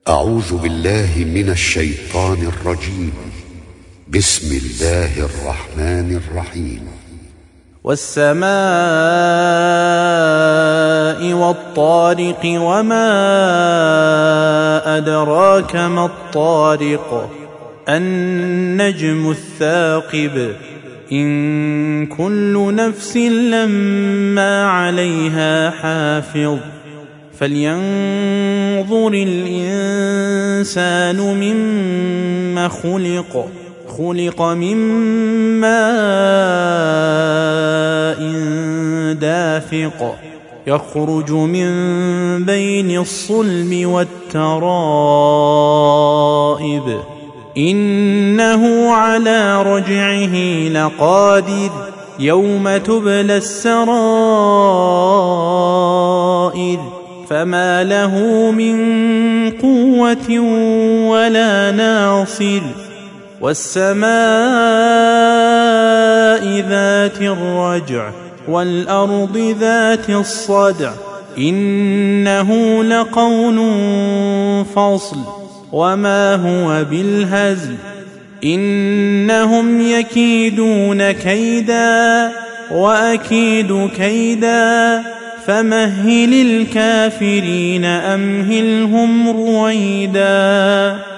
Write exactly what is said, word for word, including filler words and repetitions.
أعوذ بالله من الشيطان الرجيم. بسم الله الرحمن الرحيم. والسماء والطارق وما أدراك ما الطارق النجم الثاقب إن كل نفس لما عليها حافظ فلينظر الإنسان مما خلق خلق من ماء دافق يخرج من بين الصلب والترائب إنه على رجعه لقادر يوم تبلى السرائر فما له من قوة ولا ناصر والسماء ذات الرجع والأرض ذات الصدع إنه لقول فصل وما هو بالهزل إنهم يكيدون كيدا وأكيد كيدا فمهل الكافرين أمهلهم رويدا.